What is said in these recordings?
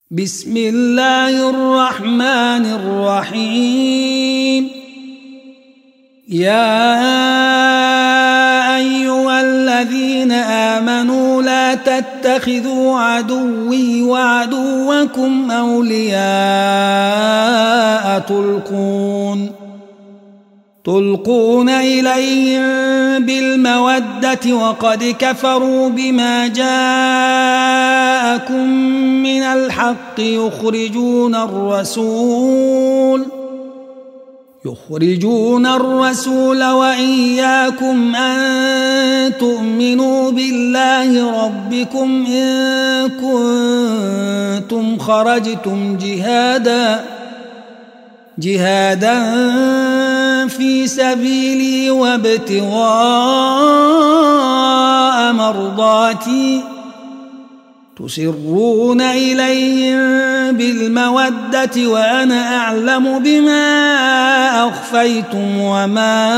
بسم الله الرحمن الرحيم. يا أيها الذين آمنوا لا تتخذوا عدوي وعدوكم أولياء تلقون إليهم بالمودة وقد كفروا بما جاءكم من الحق يخرجون الرسول وإياكم أن تؤمنوا بالله ربكم إن كنتم خرجتم جهادا في سبيلي وابتغاء مرضاتي تسرون إليهم بالمودة وأنا أعلم بما أخفيتم وما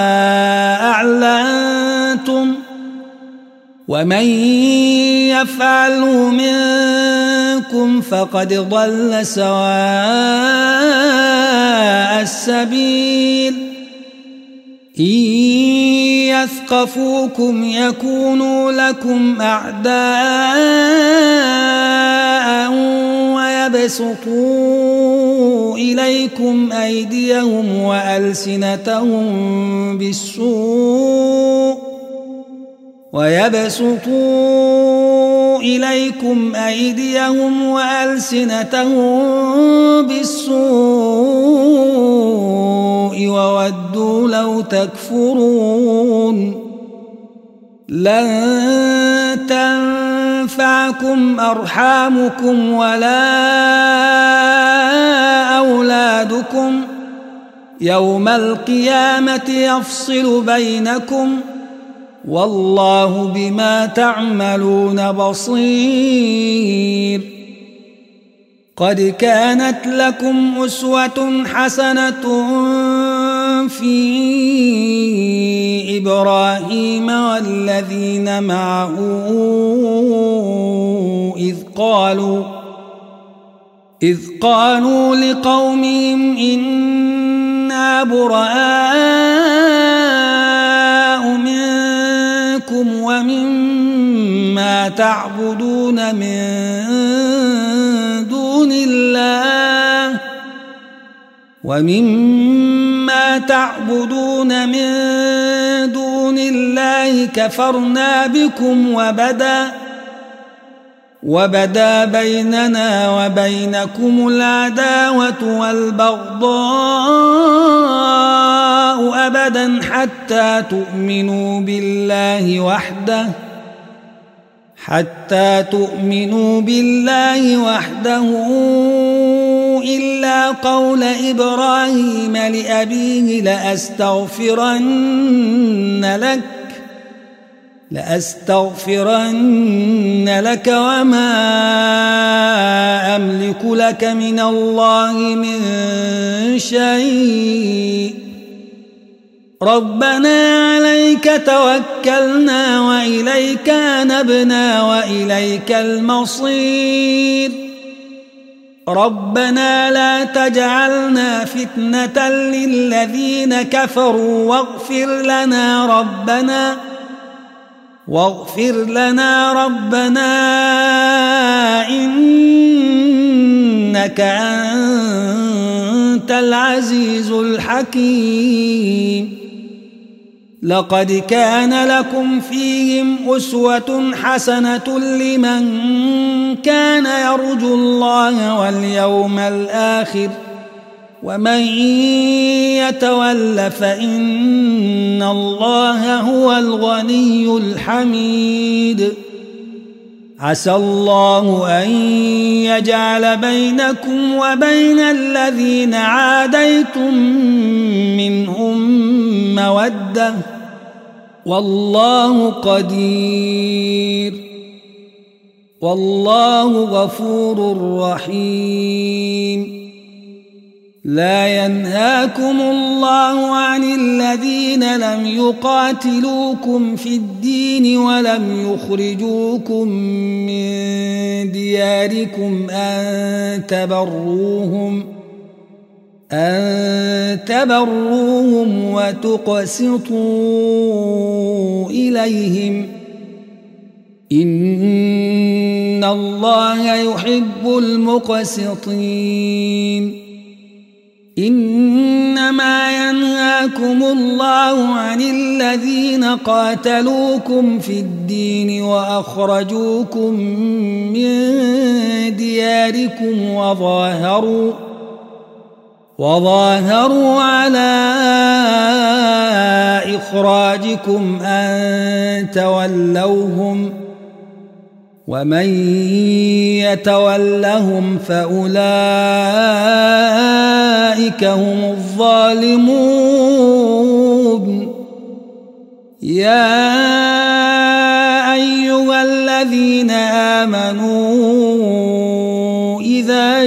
أعلنتم ومن يفعله منكم فقد ضل سواء السبيل. إن يثقفوكم يكونوا لكم أعداء ويبسطوا إليكم أيديهم وألسنتهم بالسوء وودوا لو تكفرون. لن تنفعكم أرحامكم ولا أولادكم يوم القيامة يفصل بينكم والله بما تعملون بصير. قد كانت لكم أسوة حسنة في إبراهيم والذين معه إذ قالوا لقومهم إنا براء منكم ومما تعبدون من دون الله كفرنا بكم وبدا بيننا وبينكم العداوة والبغضاء أبدا حتى تؤمنوا بالله وحده إلا قول إبراهيم لأبيه لأستغفرن لك وما أملك لك من الله من شيء ربنا عليك توكلنا وإليك أنبنا وإليك المصير. ربنا لا تجعلنا فتنة للذين كفروا واغفر لنا ربنا إنك أنت العزيز الحكيم. لقد كان لكم فيهم أسوة حسنة لمن كان يرجو الله واليوم الآخر ومن يتول فإن الله هو الغني الحميد. عسى الله أن يجعل بينكم وبين الذين عاديتم منهم مودة والله قدير والله غفور رحيم. لا ينهاكم الله عن الذين لم يقاتلوكم في الدين ولم يخرجوكم من دياركم أن تبروهم وتقسطوا إليهم إن الله يحب المقسطين إنما ينهاكم الله عن الذين قاتلوكم في الدين وأخرجوكم من دياركم وظاهروا على إخراجكم أن تولوهم ومن يتولهم فأولئك هم الظالمون يا أيها الذين آمنوا إذا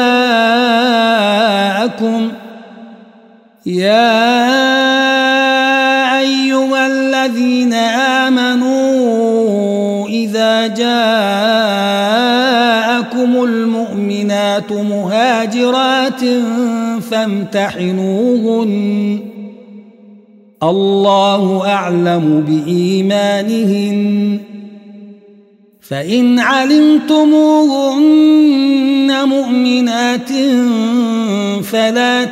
جاءكم المؤمنات مهاجرات فامتحنوهن الله أعلم بإيمانهن فإن علمتموهن مؤمنات فلا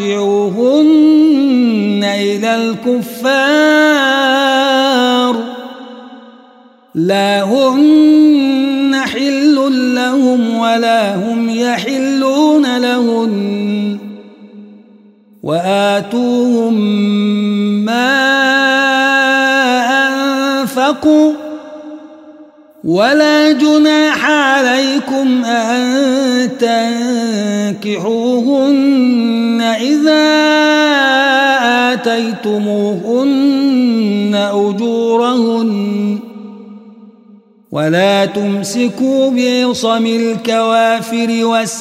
ترجعوهن إلى الكفار لا هن حل لهم ولا هم يحلون لهن وآتوهم ما أنفقوا ولا جناح عليكم أن تنكحوهن إذا آتيتموهن أجورهن ولا تمسكوا بعصم الكوافر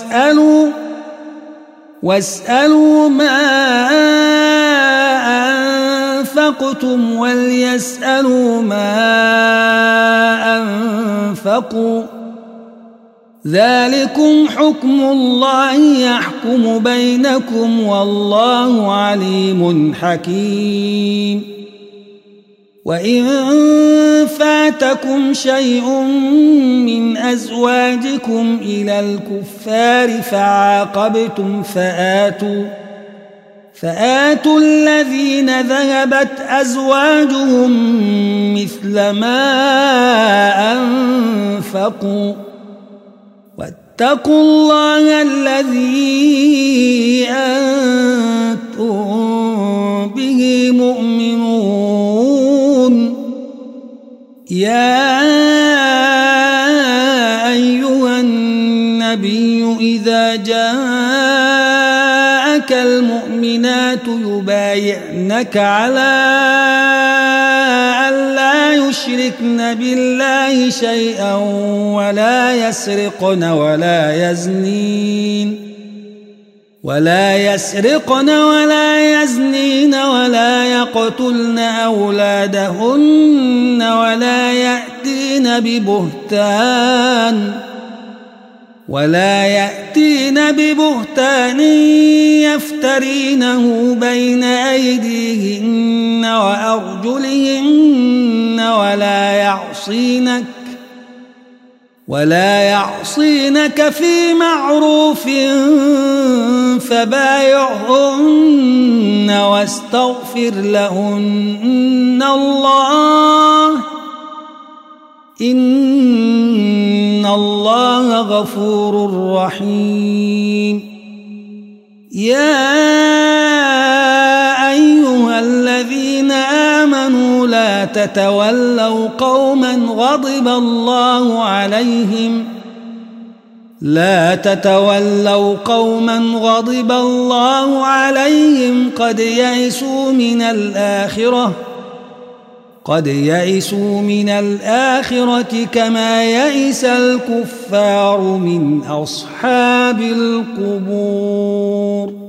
واسألوا ما أنفقتم وليسألوا ما أنفقوا ذلكم حكم الله يحكم بينكم والله عليم حكيم وإن فاتكم شيء من أزواجكم إلى الكفار فعاقبتم فآتوا الذين ذهبت أزواجهم مثل ما أنفقوا واتقوا الله الذي أنتم به مؤمنون يا أيها النبي إذا جاءك المؤمنات يبايعنك على أن لا يشركن بالله شيئا ولا يسرقن ولا يزنين ولا يقتلن أولادهن ولا يأتين ببهتان يفترينه بين أيديهن وأرجلهن ولا يعصينك في معروف فبايعهن واستغفر لهن الله إن الله غفور رحيم يا أيها الذين آمنوا لا تتولوا قوما غضب الله عليهم قد يئسوا من الآخرة كما يئس الكفار من أصحاب القبور